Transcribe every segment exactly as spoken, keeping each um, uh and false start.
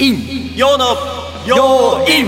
陰陽の陽陰。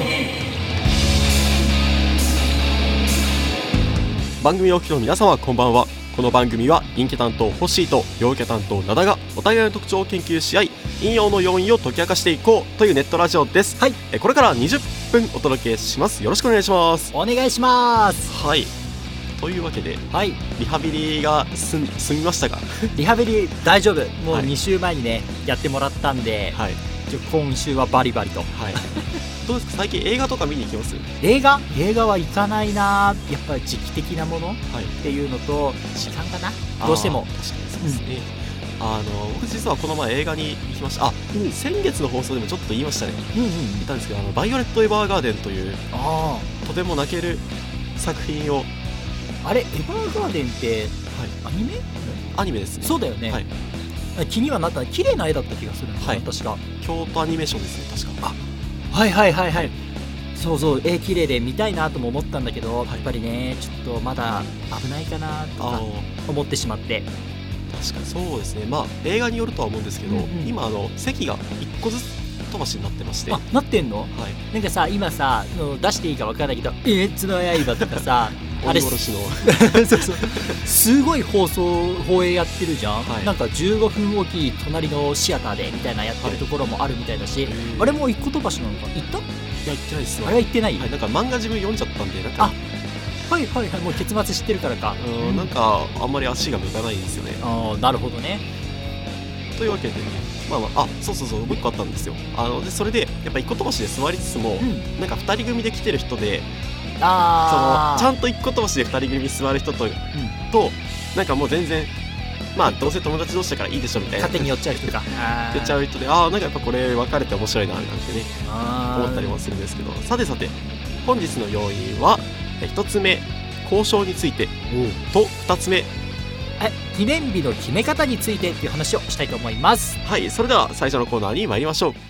番組をお聞きの皆様こんばんは。この番組は陰キャ担当ホッシーと陽キャ担当ナダがお互いの特徴を研究し合い、陰陽の要因を解き明かしていこうというネットラジオです。 はい、 えこれからにじゅっぷんお届けします。よろしくお願いします。 お願いします。 はい、というわけで、 はい、 リハビリがすん済みましたがリハビリ大丈夫。もうはいに週前にねやってもらったんで、 はい、 ちょ今週はバリバリと。 はいどうですか、最近映画とか見に行きます？ 映画映画は行かないな。やっぱり時期的なものっはいていうのと時間かな、どうしても。 あー確かにそうですね、あの僕実はこの前映画に行きました。あ、先月の放送でもちょっと言いましたね。 うんうん。 言ったんですけど、あのバイオレット・エヴァーガーデンというあとても泣ける作品を、 あ、あれエヴァーガーデンってはい、 アニメ？ アニメですね。 そうだよね、 はい、 気にはなった。綺麗な絵だった気がするんだよ、 はい私が。 京都アニメーションですね、確か。あ、 はいはいはいはい、そうそう、絵綺麗で見たいなとも思ったんだけど、 はいやっぱりねちょっとまだ危ないかなとかあー思ってしまって。 確かにそうですね。まあ映画によるとは思うんですけど、 うんうん今あの席がいっこずつ飛ばしになってまして、 あ、なってんの？ はい、 なんかさ、今さの出していいか分からないけど「えっつの刃」とかさあれ鬼殺しのそうそう、すごい放送放映やってるじゃん、 はい、 なんかじゅうごふんおき隣のシアターでみたいなやってるところもあるみたいだし、 はい、 あれも一個飛ばしなのか行った？ いや行ってないですよ。 あれは行ってない、 はい、なんか漫画自分読んじゃったんで、なんかあ、はいはいはい、もう結末知ってるからか。 うん、なんかあんまり足が向かないんですよね。 ああ、なるほどね。 というわけでね、まあまあ、あ、そうそうそう、もう一個あったんですよ。あのでそれでやっぱ一個飛ばしで座りつつも、 うん、 なんか二人組で来てる人で、 あそのちゃんと一個飛ばしで二人組に座る人と、 うん、 となんかもう全然まあどうせ友達同士だからいいでしょみたいな勝手に寄っちゃう人か言っちゃう人で、ああなんかやっぱこれ分かれて面白いななんてねあー思ったりもするんですけど、さてさて本日の要因はえ一つ目交渉についてと二つ目、 え記念日の決め方についてっていう話をしたいと思います。 はい、それでは最初のコーナーに参りましょう。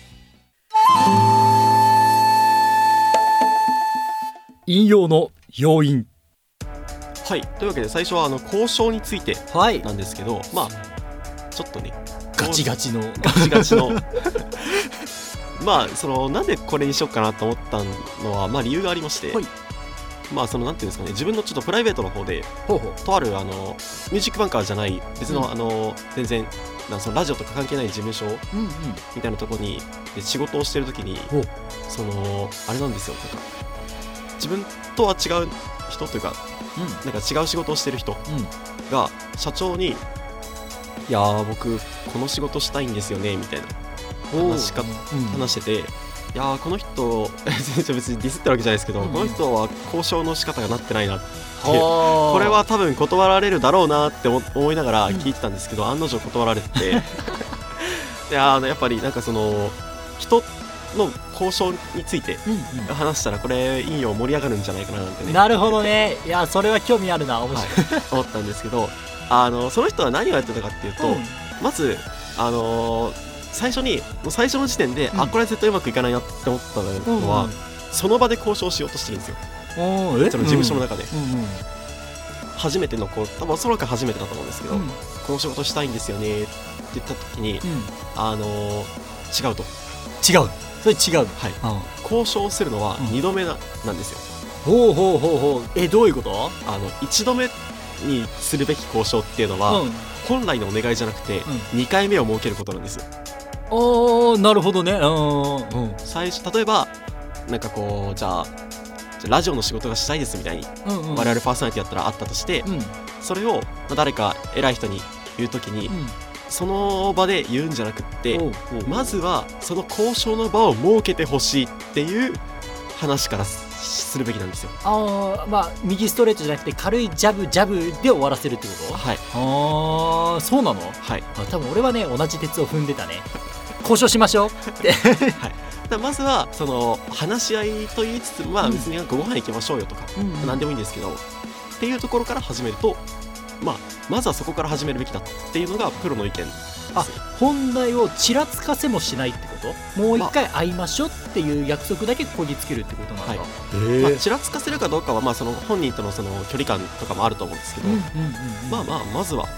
引用の要因。 はい、というわけで最初はあの交渉についてはい、 なんですけど、まあちょっとねガチガチのガチガチのまあそのなんでこれにしようかなと思ったのはまあ理由がありまして、 はい、 まあそのなんていうんですかね、自分のちょっとプライベートの方でほうほう、 とあるあのミュージックバンカーじゃない別の、 うんあの全然なんそのラジオとか関係ない事務所うんうん、 みたいなところにで仕事をしてるときにほう、 そのあれなんですよ、なんか自分とは違う人というかなんか違う仕事をしてる人うんうん、 が社長にいやー僕この仕事したいんですよねみたいな話しかうん、 話してて、いやーこの人別にディスってるわけじゃないですけど、 うん、 この人は交渉の仕方がなってないなっていう、 ここれは多分断られるだろうなって思思いながら聞いてたんですけど、うん、案の定断られててであのやっぱりなんかその人の交渉についてうんうん、 話したらこれ引用盛り上がるんじゃないかななんてね、 なるほどね。いやそれは興味あるな、面白い、 はい、思ったんですけど、あのその人は何をやってたかっていうと、 うん、 まずあのー最初にもう最初の時点で、 うん、 あこれは絶対うまくいかないなって思ったのは、 うんうん、 その場で交渉しようとしてるんですよ、 おーえその事務所の中で、 うんうん初めてのこう多分おそらく初めてだと思うんですけど、 うんこの仕事したいんですよねって言った時に、 うん、 あのー違うと、 違う、それ違う、 はい、 うん、 交渉するのはにどめな,、なんですよ。 ほうほうほうほう、えどういうこと？ あのいちどめにするべき交渉っていうのは、 うん、 本来のお願いじゃなくて、 うにかいめを設けることなんですよ。 おー、なるほどね。うんうん最初例えばなんかこうじゃあじゃあラジオの仕事がしたいですみたいに、 うんうん、 我々パーソナリティだったらあったとして、 うんそれを、まあ、誰か偉い人に言うときに、 うん、 その場で言うんじゃなくっておうおう、 まずはその交渉の場を設けてほしいっていう話からするべきなんですよ。 あー、まあ右ストレートじゃなくて軽いジャブジャブで終わらせるってこと？ はいああ、そうなの？ はいあ、多分俺はね同じ鉄を踏んでたね。交渉しましょうってはいだからまずはその話し合いと言いつつ、まあ、 うん別になんかご飯行きましょうよとか、 うんうん、 何でもいいんですけどっていうところから始めると、まあ、まずはそこから始めるべきだっていうのがプロの意見ですよ。 あ、本題をちらつかせもしないってこと？もう一回会いましょうっていう約束だけこぎつけるってことなんだ。 はいへまあ、ちらつかせるかどうかは、まあ、その本人とのその距離感とかもあると思うんですけど、 うんうんうんうん、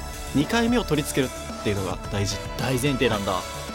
まあまあまずはにかいめを取り付けるっていうのが大事。 大前提なんだ。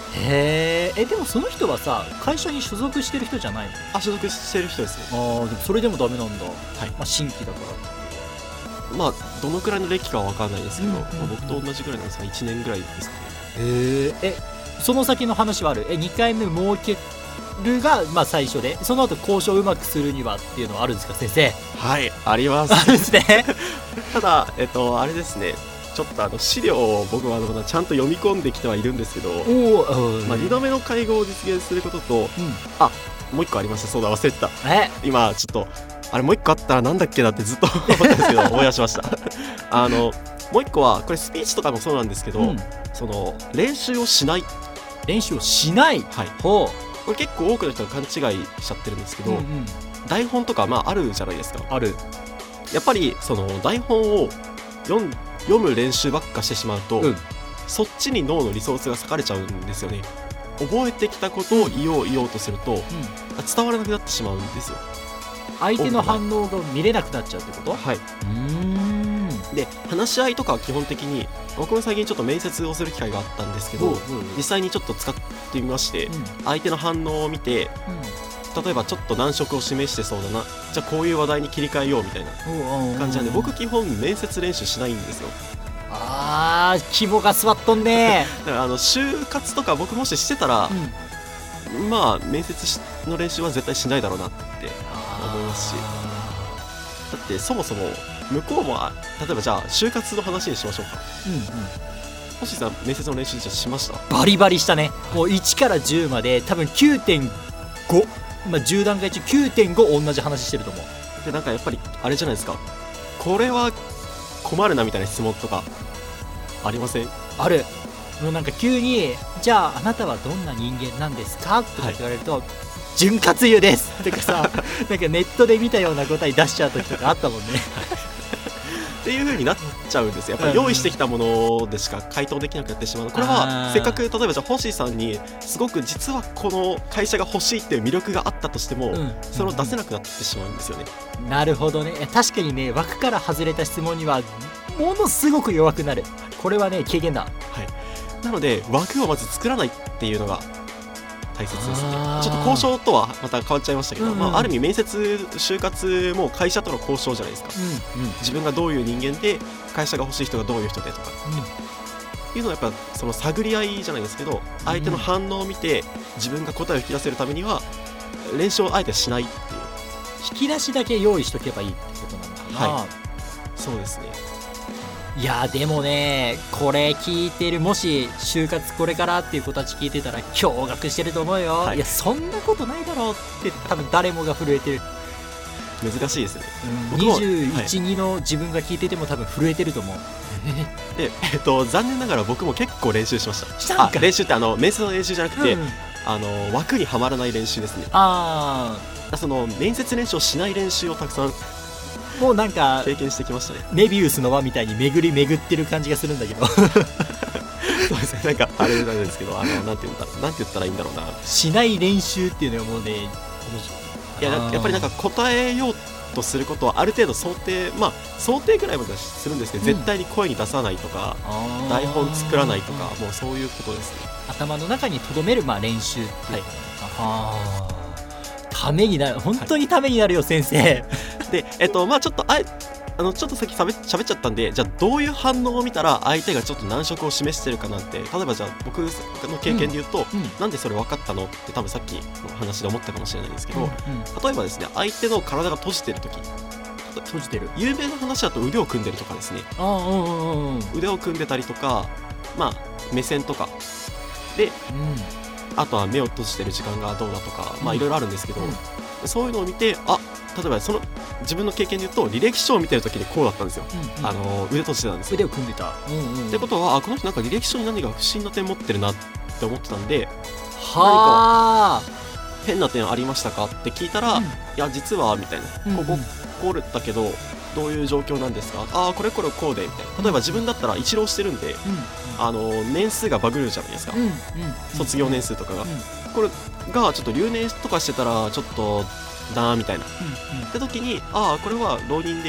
へえ。えでもその人はさ会社に所属してる人じゃないの？ あ、所属してる人ですね。 あーでもそれでもダメなんだ。 はい。 まあ、新規だからまあどのくらいの歴かは分かんないですけど、 うんうんうんまあ僕と同じぐらいなんですがいちねんぐらいですかね。 へえ。えその先の話はある？えにかいめ設けるが、まあ、最初でその後交渉をうまくするにはっていうのはあるんですか先生？ はい、ありますあるんですね。 ただえっとあれですね、ちょっとあの資料を僕はあのちゃんと読み込んできてはいるんですけど、 おお、 まあ、にどめの会合を実現することと、 うん、 あ、もういっこありました。そうだ忘れてた。 え今ちょっとあれもういっこあったらなんだっけなってずっと思ったんですけど思い出しましたあのもういっこはこれスピーチとかもそうなんですけど、 うん、 その練習をしない、 練習をしない。 はい、 ほこれ結構多くの人が勘違いしちゃってるんですけう、 ど、 うんうん、 台本とかまああるじゃないですか。 ある。 やっぱりその台本を読ん読む練習ばっかしてしまうと、 うん、 そっちに脳のリソースが割かれちゃうんですよね。覚えてきたことを言おう言おうとすると、 うん、 伝わらなくなってしまうんですよ。 相手の反応が見れなくなっちゃうってこと？ はい。 うーん。 で話し合いとかは基本的に僕も最近ちょっと面接をする機会があったんですけど、 うんうん、 実際にちょっと使ってみまして、 うん、 相手の反応を見て、例えばちょっと難色を示してそうだな、じゃあこういう話題に切り替えようみたいなうん、 感じなんで、僕基本面接練習しないんですよ。 あー肝が座っとんねだからあの就活とか僕もししてたら、 うん、 まあ面接しの練習は絶対しないだろうなって思いますし、だってそもそも向こうもあ例えばじゃあ就活の話にしましょうか。 うんうん、 星さん面接の練習じゃしました？ バリバリしたね。もういちからじゅうまで多分 きゅうてんご、まあ、じゅう段階中 きゅうてんご 同じ話してると思う。 でなんかやっぱりあれじゃないですか、これは困るなみたいな質問とかありません？ ある。もうなんか急にじゃああなたはどんな人間なんですかとか言われると、はい、潤滑油ですとかさなんかネットで見たような答え出しちゃう時とかあったもんねっていう風になっちゃうんですよ。やっぱり用意してきたものでしか回答できなくなってしまう。これはせっかく例えばじゃあ星さんにすごく実はこの会社が欲しいっていう魅力があったとしても、うん、それを出せなくなってしまうんですよね。 なるほどね。確かにね、枠から外れた質問にはものすごく弱くなる。これはね経験だ。 はい。なので枠をまず作らないっていうのが大切ですね。ちょっと交渉とはまた変わっちゃいましたけど、うんうん、まあ、ある意味面接就活も会社との交渉じゃないですか、うんうん、自分がどういう人間で会社が欲しい人がどういう人でとか、うん、いうのはやっぱその探り合いじゃないですけど、相手の反応を見て自分が答えを引き出せるためには練習をあえてしないっていう、 引き出しだけ用意しとけばいいってことなのかな。 はい、そうですね。 いやでもね、これ聞いてる、もし就活これからっていう子たち聞いてたら驚愕してると思うよ、はい、いやそんなことないだろうって多分誰もが震えてる。 難しいですね、 うん、にじゅういち、はい、にの自分が聞いてても多分震えてると思うで、えっと、残念ながら僕も結構練習しました。したんか。あ、練習ってあの面接の練習じゃなくて、うん、あの枠にはまらない練習ですね。 ああ、その面接練習をしない練習をたくさんもうなんか経験してきましたね。 メビウスの輪みたいに巡り巡ってる感じがするんだけどそうですね。なんかあれなんですけど、あのなんて言うんだなんて言ったらいいんだろうな。 しない練習っていうのはもうね、 いややっぱりなんか答えようとすることはある程度想定、まあ想定ぐらいまではするんですけど、うん、絶対に声に出さないとか台本作らないとか、もうそういうことですね。 頭の中に留めるまあ練習っていう、はい、あためになる、本当にためになるよ、はい、先生で、えっとまあちょっとああのちょっとさっきしゃべっちゃったんで、じゃあどういう反応を見たら相手がちょっと難色を示してるかなんて、例えばじゃあ僕の経験で言うと、うんうん、なんでそれ分かったのって多分さっきの話で思ったかもしれないんですけど、うんうん、例えばですね、相手の体が閉じてる時、 閉じてる有名な話だと腕を組んでるとかですね、 あ、うんうんうん、 腕を組んでたりとか、まあ目線とかで、うん、あとは目を閉じてる時間がどうだとか、まあいろいろあるんですけど、うん、そういうのを見て、あ、例えばその自分の経験で言うと履歴書を見てる時にこうだったんですよ、うんうん、あの腕閉じてたんですよ。 腕を組んでた、うんうん、 ってことは、あ、この人なんか履歴書に何か不審な点持ってるなって思ってたんで、 は何か変な点ありましたかって聞いたら、うん、いや実はみたいな、うんうん、こここうだけどどういう状況なんですか、ああこれこれこうでみたいな。例えば自分だったら一浪してるんで、うん、あの年数がバグるじゃないですか、うんうん、卒業年数とかが、うん、これがちょっと留年とかしてたらちょっとだーみたいな、うんうん、って時に、ああこれは浪人で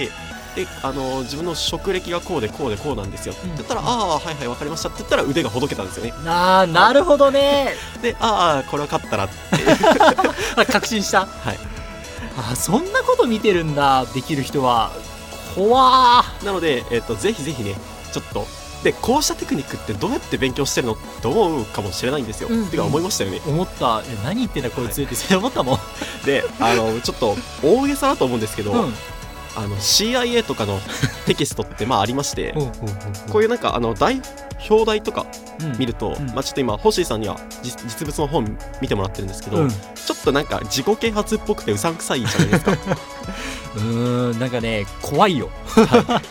であの自分の職歴がこうでこうでこうなんですよって言ったら、うん、ああはいはい分かりましたって言ったら腕がほどけたんですよね。 ああなるほどね。 でああこれは勝ったなって確信した。 はい。 あそんなこと見てるんだできる人は。怖ー。 なので、えー、とぜひぜひねちょっとでこうしたテクニックってどうやって勉強してるのって思うかもしれないんですよ、うんうん、ってか思いましたよね。 思った。え何言ってんだこいつって、はい、思ったもんであのちょっと大げさだと思うんですけど、うん、あの シーアイエー とかのテキストってまあありましてこういうなんかあの大表題とか見ると、うんまあ、ちょっと今ホッシーさんには実物の本見てもらってるんですけど、うん、ちょっとなんか自己啓発っぽくてうさんくさいじゃないですかうーんなんかね怖いよ、 はい、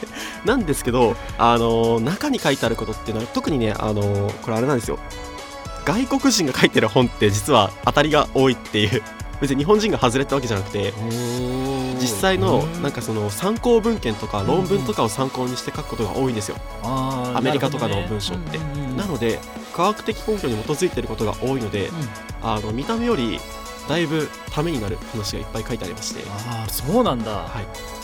なんですけど、あのー、中に書いてあることっていうのは特にね、あのー、これあれなんですよ。外国人が書いてる本って実は当たりが多いっていう別に日本人が外れたわけじゃなくて実際のなんかその参考文献とか論文とかを参考にして書くことが多いんですよ、あアメリカとかの文章って、ねうんうんうん、なので科学的根拠に基づいていることが多いので、うん、あの見た目よりだいぶためになる話がいっぱい書いてありまして。 あそうなんだ、 はい、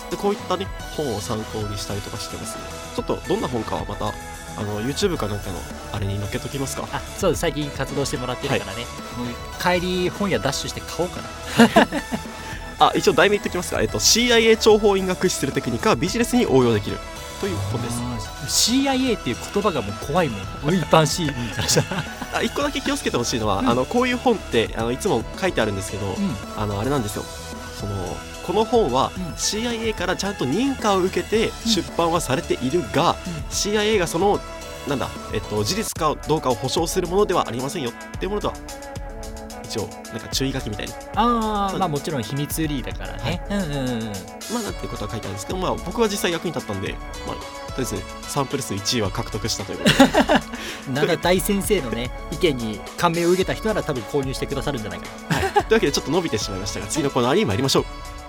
でこういったね本を参考にしたりとかしてますね。ちょっとどんな本かはまたあの YouTube かなんかのあれに載っけときますか。 あそうです最近活動してもらってるからね、はい、もう帰り本屋ダッシュして買おうかなあ一応題名言っておきますか、えっと、シーアイエー 諜報員が駆使するテクニックはビジネスに応用できるという本です。 シーアイエー っていう言葉がもう怖いもん一般市民からしたらあ一個だけ気をつけてほしいのは、うん、あのこういう本ってあのいつも書いてあるんですけど、うん、あのあれなんですよ、そのこの本は シーアイエー からちゃんと認可を受けて出版はされているが、うん、シーアイエー がそのなんだ、えっと、事実かどうかを保証するものではありませんよっていうものとは一応なんか注意書きみたいな。 ああまあもちろん秘密裏だからね、はい、うんうんうんまあなんていうことは書いてあるんですけど、まあ僕は実際役に立ったんで、まあとりあえずサンプル数いちいは獲得したということでなんか大先生のね意見に感銘を受けた人なら多分購入してくださるんじゃないかな、 はい、というわけでちょっと伸びてしまいましたが次のコーナーに参りましょう。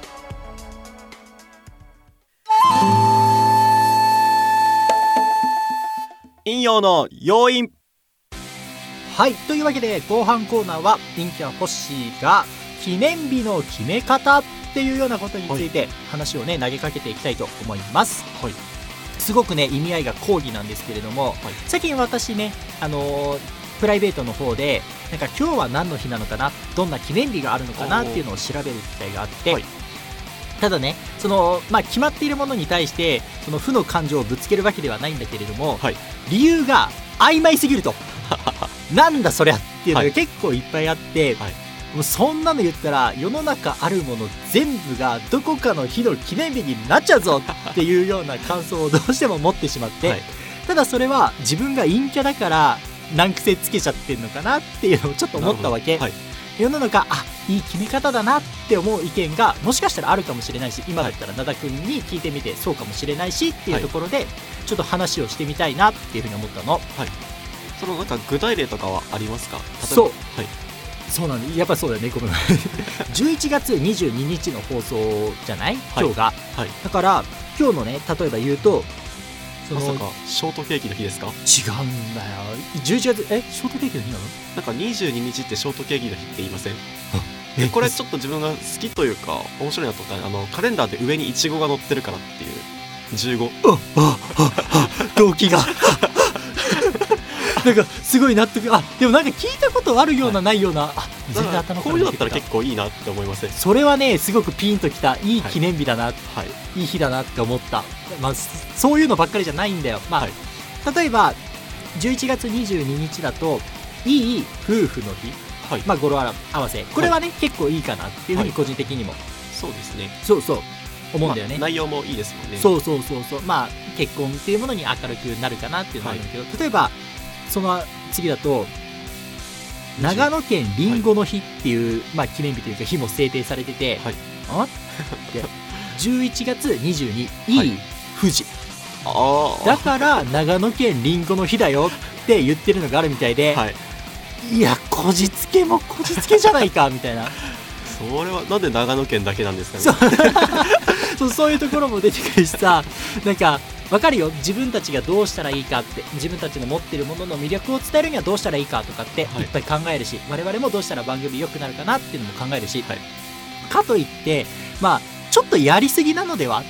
引用の要因。 はいというわけで後半コーナーは陰キャホッシーが記念日の決め方っていうようなことについて話をね投げかけていきたいと思います、はい、すごくね意味合いが講義なんですけれども、はい、最近私ねあのー、プライベートの方でなんか今日は何の日なのかなどんな記念日があるのかなっていうのを調べる機会があって、はい、ただねその、まあ、決まっているものに対してその負の感情をぶつけるわけではないんだけれども、はい、理由が曖昧すぎるとなんだそりゃっていうのが結構いっぱいあって、はい、もうそんなの言ったら世の中あるもの全部がどこかの日の記念日になっちゃうぞっていうような感想をどうしても持ってしまって、はい、ただそれは自分が陰キャだから難癖つけちゃってるのかなっていうのをちょっと思ったわけ、はい、世の中あいい決め方だなって思う意見がもしかしたらあるかもしれないし今だったら灘君に聞いてみてそうかもしれないしっていうところでちょっと話をしてみたいなっていうふうに思ったの、はい、 そのなんか具体例とかはありますか？ そう、 はい、 そうなんでやっぱそうだよねごめんじゅういちがつにじゅうににちの放送じゃない今日が、はいはい、だから今日のね例えば言うとそのまさかショートケーキの日ですか？ 違うんだよじゅういちがつえショートケーキの日なの？ なんかにじゅうににちってショートケーキの日って言いません？えこれちょっと自分が好きというか面白いなと思ったあのカレンダーで上にイチゴが載ってるからっていうじゅうごあああ動機がなんかすごい納得あでもなんか聞いたことあるような、はい、ないようなあ全然頭からこういうのだったら結構いいなって思いません？ それはねすごくピンときたいい記念日だな、はい、いい日だなって思った、まあ、そういうのばっかりじゃないんだよ、まあはい、例えばじゅういちがつにじゅうににちだといい夫婦の日、はいまあ、語呂合わせこれはね、はい、結構いいかなっていうふうに個人的にも、はい、 そうですねそうそう思うんだよね、 まあ、内容もいいですもんねそうそうそうそうまあ結婚っていうものに明るくなるかなっていうのがあるんだけど、はい、例えばその次だと長野県りんごの日っていう、まあ、記念日というか日も制定されてて、はい、あってじゅういちがつにじゅうにいい富士、はい、だから長野県りんごの日だよって言ってるのがあるみたいで、はい、いやこじつけもこじつけじゃないかみたいなそれはなんで長野県だけなんですかねそうそういうところも出てくるしさなんか分かるよ自分たちがどうしたらいいかって自分たちの持ってるものの魅力を伝えるにはどうしたらいいかとかっていっぱい考えるし、はい、我々もどうしたら番組良くなるかなっていうのも考えるし、はい、かといってまあちょっとやりすぎなのではっ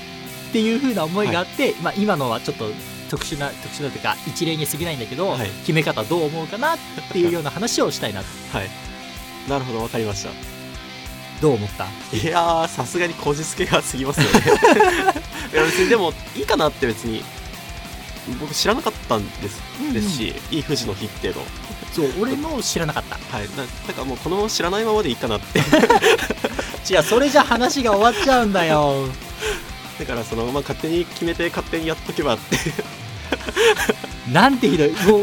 っていう風な思いがあって、はい、まあ、今のはちょっと特殊な特殊なというか一例に過ぎないんだけど、はい、決め方どう思うかなっていうような話をしたいなとはい、なるほど、分かりました。 どう思った？ いやー、さすがにこじつけが過ぎますよねいや別にでもいいかなって、別に僕知らなかったんです、うんうん、ですし、いい富士の日っていうのそう俺も知らなかった。 はい、ななんかもうこのまま知らないままでいいかなって違う、それじゃ話が終わっちゃうんだよだからその、まあ、勝手に決めて勝手にやっとけばってなんてひどいもう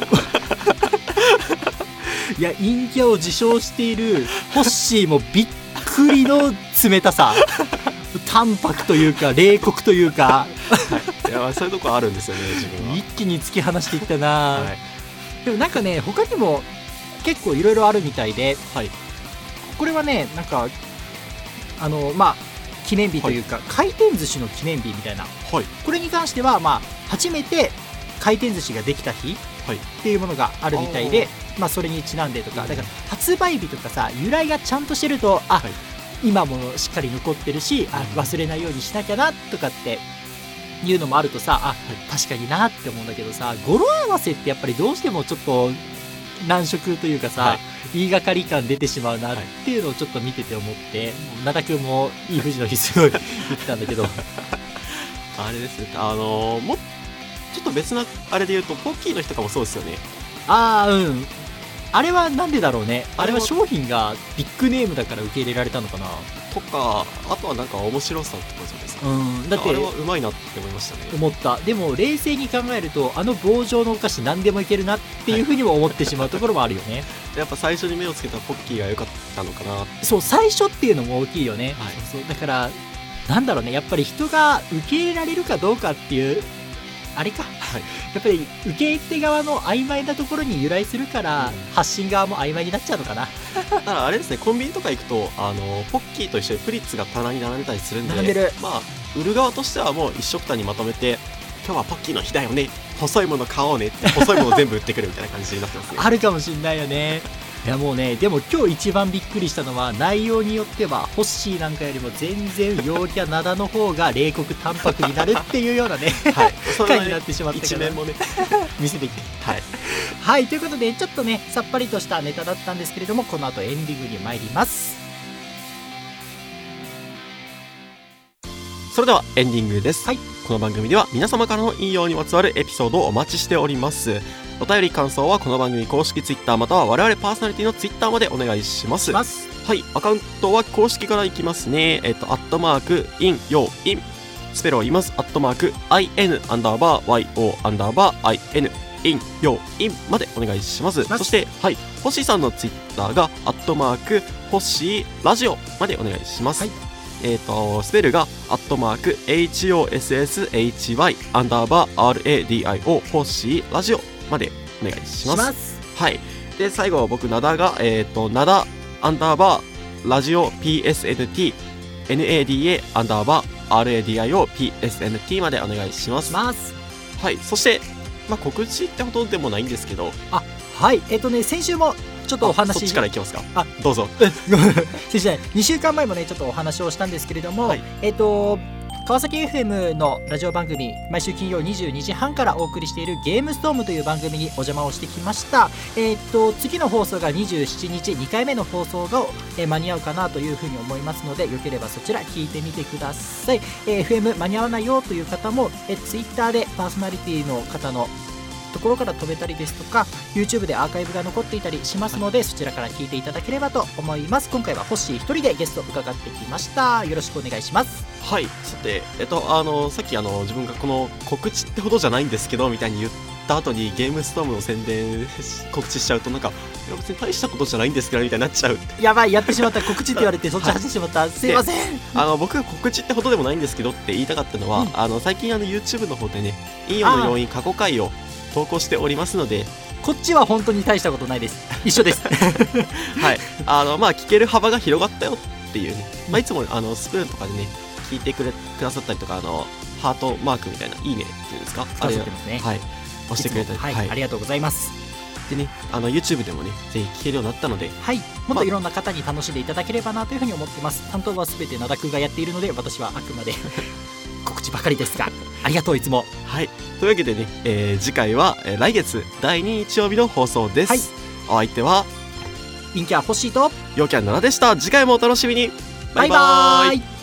いや、陰キャを自称しているホッシーもびっくりの冷たさ淡白というか冷酷というか、 はい、いやそういうとこあるんですよね、自分は。 一気に突き放していったな、はい、でもなんかね、他にも結構いろいろあるみたいで、はい、これはね、なんかあのまあ記念日というか、はい、回転寿司の記念日みたいな、はい、これに関しては、まあ、初めて回転寿司ができた日っていうものがあるみたいで、はい、まあ、それにちなんでとか、だから発売日とかさ、由来がちゃんとしてると、あ、はい、今もしっかり残ってるし、あ、忘れないようにしなきゃなとかっていうのもあるとさ、あ、はい、確かになって思うんだけどさ、語呂合わせってやっぱりどうしてもちょっと難色というかさ、はい、言いがかり感出てしまうなっていうのをちょっと見てて思って、灘くんもいい富士の日すごい言ってたんだけどあれですね、あのー、もちょっと別なあれで言うとポッキーの日とかもそうですよね。 ああ、うん、あれはなんでだろうね。あれは商品がビッグネームだから受け入れられたのかなとか、あとはなんか面白さってことじゃないですか。 うん、だってあれはうまいなって思いましたね。 思った。でも冷静に考えると、あの棒状のお菓子何でもいけるなっていうふうにも思ってしまうところもあるよねやっぱ最初に目をつけたポッキーが良かったのかな。 そう、最初っていうのも大きいよね、 はい、 そうそう、だからなんだろうね、やっぱり人が受け入れられるかどうかっていうあれか、はい、やっぱり受け手側の曖昧なところに由来するから、うん、発信側も曖昧になっちゃうのかなだからあれですね、コンビニとか行くとあのポッキーと一緒にプリッツが棚に並んでたりするんで、 並んでる、 まあ、売る側としてはもう一緒くたにまとめて、今日はポッキーの日だよね、細いもの買おうねって細いもの全部売ってくるみたいな感じになってますねあるかもしんないよね。いやもうね、でも今日一番びっくりしたのは、内容によってはホッシーなんかよりも全然陽キャ灘の方が冷酷淡白になるっていうようなね、はい、回になってしまったから、 一面もね見せてきて、 はい、 はい、ということでちょっとねさっぱりとしたネタだったんですけれども、この後エンディングに参ります。 それではエンディングです、 はい、 この番組では皆様からの引用にまつわるエピソードをお待ちしております。お便り感想はこの番組公式ツイッターまたは我々パーソナリティのツイッターまでお願いします。はい、アカウントは公式からいきますね。えっとアットマークインヨーイン、スペルを言います。アットマーク アイエヌ アンダーバー ワイオー アンダーバー アイエヌ インヨーインまでお願いします。そして、はい、ホッシーさんのツイッターがアットマークホッシーラジオまでお願いします。はい、えーとスペルがアットマーク エイチオーエスエスエイチワイ アンダーバー アールエーディーアイオー ホッシーラジオまでお願いします。はい。で最後は僕ナダがえっ、ー、とナダアンダーバーラジオ ピーエスエヌティー エヌエーディーエー アンダーバー アールエーディーアイオー ピーエスエヌティー までお願いします。 ます。 はい。そしてまあ告知ってほどでもないんですけど、 あ、はい。えっ、ー、とね先週もちょっとお話、 そっちからいきますか。 あ、 どうぞ。 先週にしゅうかんまえもねちょっとお話をしたんですけれども、はい、えっ、ー、と川崎 エフエム のラジオ番組、毎週金曜にじゅうにじはんからお送りしているゲームストームという番組にお邪魔をしてきました。えっ、ー、と次の放送がにじゅうしちにち、にかいめの放送が、えー、間に合うかなというふうに思いますので、よければそちら聞いてみてください。えー、エフエム 間に合わないよという方も、えー、Twitter でパーソナリティの方のところから飛べたりですとか YouTube でアーカイブが残っていたりしますので、はい、そちらから聞いていただければと思います。今回はホッシー一人でゲストを伺ってきました。よろしくお願いします。 はい、さて、えっと、あのさっきあの自分がこの告知ってほどじゃないんですけどみたいに言った後にゲームストームの宣伝告知しちゃうと、なんかいや別に大したことじゃないんですけどみたいになっちゃう。 やばい、やってしまった。告知って言われてそっち走ってしまった、はい、すいません。 あの僕が告知ってほどでもないんですけどって言いたかったのは、うん、あの最近あの YouTube の方でね、引用の要因過去回を投稿しておりますので、 こっちは本当に大したことないです。一緒ですはい、あのまあ聞ける幅が広がったよっていうね、まあ、いつもあのスプーンとかでね聞いてくれくださったりとか、あのハートマークみたいないいねっていうんですか、 あれを、ね、 はい、押してくれたり、 はいはい、ありがとうございます。 でね、あの YouTube でもねぜひ聞けるようになったので、 はい、もっといろんな方に楽しんでいただければなというふうに思ってます。担当はすべて灘くんがやっているので、私はあくまで告知口ばかりですがありがとういつも。 はい、というわけでね、えー、次回は、えー、来月だいに日曜日の放送です、はい、お相手は陰キャホッシーと陽キャナナでした。次回もお楽しみに。 バイバーイ。